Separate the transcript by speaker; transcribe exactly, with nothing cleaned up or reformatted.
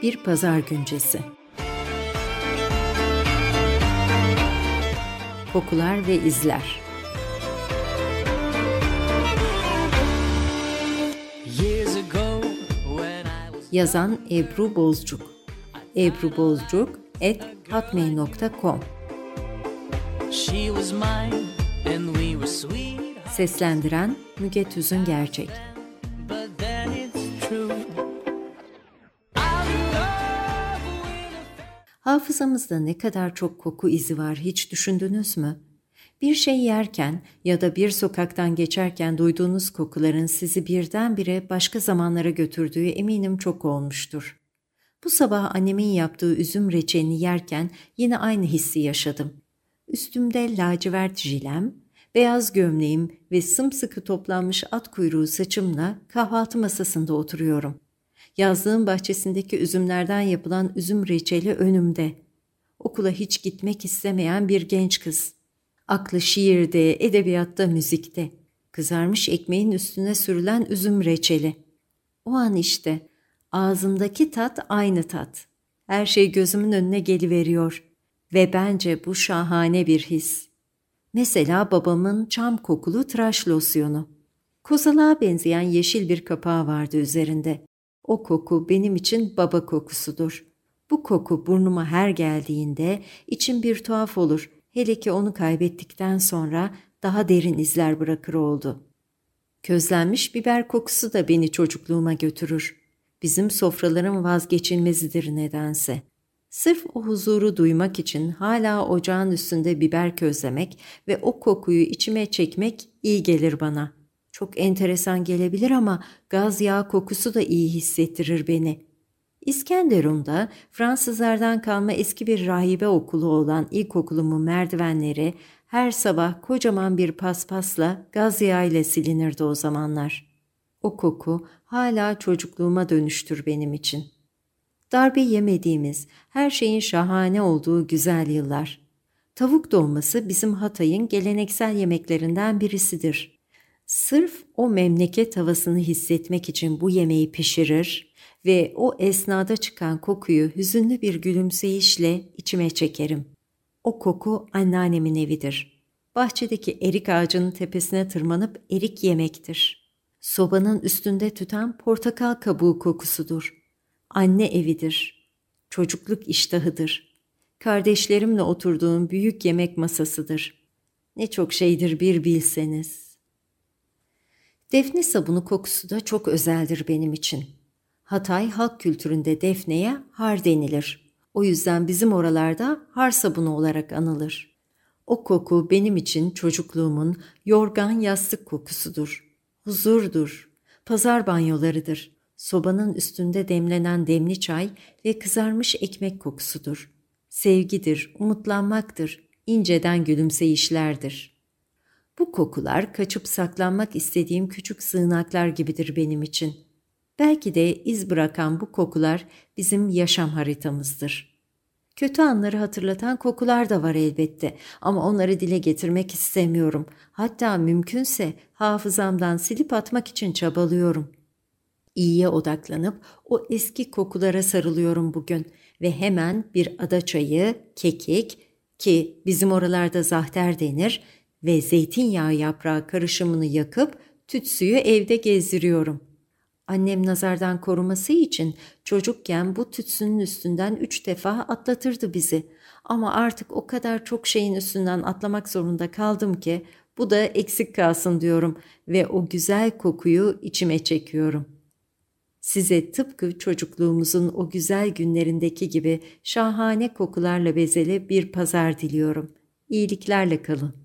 Speaker 1: Bir pazar güncesi. Kokular ve izler. Yazan Ebru Bozcuk. ebru bozcuk at hotmail nokta com. Seslendiren Müge Tüzün Gerçek. Hafızamızda ne kadar çok koku izi var hiç düşündünüz mü? Bir şey yerken ya da bir sokaktan geçerken duyduğunuz kokuların sizi birdenbire başka zamanlara götürdüğü eminim çok olmuştur. Bu sabah annemin yaptığı üzüm reçelini yerken yine aynı hissi yaşadım. Üstümde lacivert jilem, beyaz gömleğim ve sımsıkı toplanmış at kuyruğu saçımla kahvaltı masasında oturuyorum. Yazlığın bahçesindeki üzümlerden yapılan üzüm reçeli önümde. Okula hiç gitmek istemeyen bir genç kız. Aklı şiirde, edebiyatta, müzikte. Kızarmış ekmeğin üstüne sürülen üzüm reçeli. O an işte ağzımdaki tat aynı tat. Her şey gözümün önüne geliveriyor. Ve bence bu şahane bir his. Mesela babamın çam kokulu tıraş losyonu. Kozalağa benzeyen yeşil bir kapağı vardı üzerinde. O koku benim için baba kokusudur. Bu koku burnuma her geldiğinde içim bir tuhaf olur. Hele ki onu kaybettikten sonra daha derin izler bırakır oldu. Közlenmiş biber kokusu da beni çocukluğuma götürür. Bizim sofraların vazgeçilmezidir nedense. Sırf o huzuru duymak için hala ocağın üstünde biber közlemek ve o kokuyu içime çekmek iyi gelir bana. Çok enteresan gelebilir ama gaz yağı kokusu da iyi hissettirir beni. İskenderun'da Fransızlardan kalma eski bir rahibe okulu olan ilkokulumun merdivenleri her sabah kocaman bir paspasla gaz yağıyla silinirdi o zamanlar. O koku hala çocukluğuma dönüştür benim için. Darbe yemediğimiz, her şeyin şahane olduğu güzel yıllar. Tavuk dolması bizim Hatay'ın geleneksel yemeklerinden birisidir. Sırf o memleket havasını hissetmek için bu yemeği pişirir ve o esnada çıkan kokuyu hüzünlü bir gülümseyişle içime çekerim. O koku anneannemin evidir. Bahçedeki erik ağacının tepesine tırmanıp erik yemektir. Sobanın üstünde tüten portakal kabuğu kokusudur. Anne evidir. Çocukluk iştahıdır. Kardeşlerimle oturduğum büyük yemek masasıdır. Ne çok şeydir bir bilseniz. Defne sabunu kokusu da çok özeldir benim için. Hatay halk kültüründe defneye har denilir. O yüzden bizim oralarda har sabunu olarak anılır. O koku benim için çocukluğumun yorgan yastık kokusudur. Huzurdur. Pazar banyolarıdır. Sobanın üstünde demlenen demli çay ve kızarmış ekmek kokusudur. Sevgidir, umutlanmaktır, inceden gülümseyişlerdir. Bu kokular kaçıp saklanmak istediğim küçük sığınaklar gibidir benim için. Belki de iz bırakan bu kokular bizim yaşam haritamızdır. Kötü anları hatırlatan kokular da var elbette ama onları dile getirmek istemiyorum. Hatta mümkünse hafızamdan silip atmak için çabalıyorum. İyiye odaklanıp o eski kokulara sarılıyorum bugün ve hemen bir ada çayı, kekik ki bizim oralarda zahter denir ve zeytinyağı yaprağı karışımını yakıp tütsüyü evde gezdiriyorum. Annem nazardan koruması için çocukken bu tütsünün üstünden üç defa atlatırdı bizi. Ama artık o kadar çok şeyin üstünden atlamak zorunda kaldım ki bu da eksik kalsın diyorum ve o güzel kokuyu içime çekiyorum. Size tıpkı çocukluğumuzun o güzel günlerindeki gibi şahane kokularla bezeli bir pazar diliyorum. İyiliklerle kalın.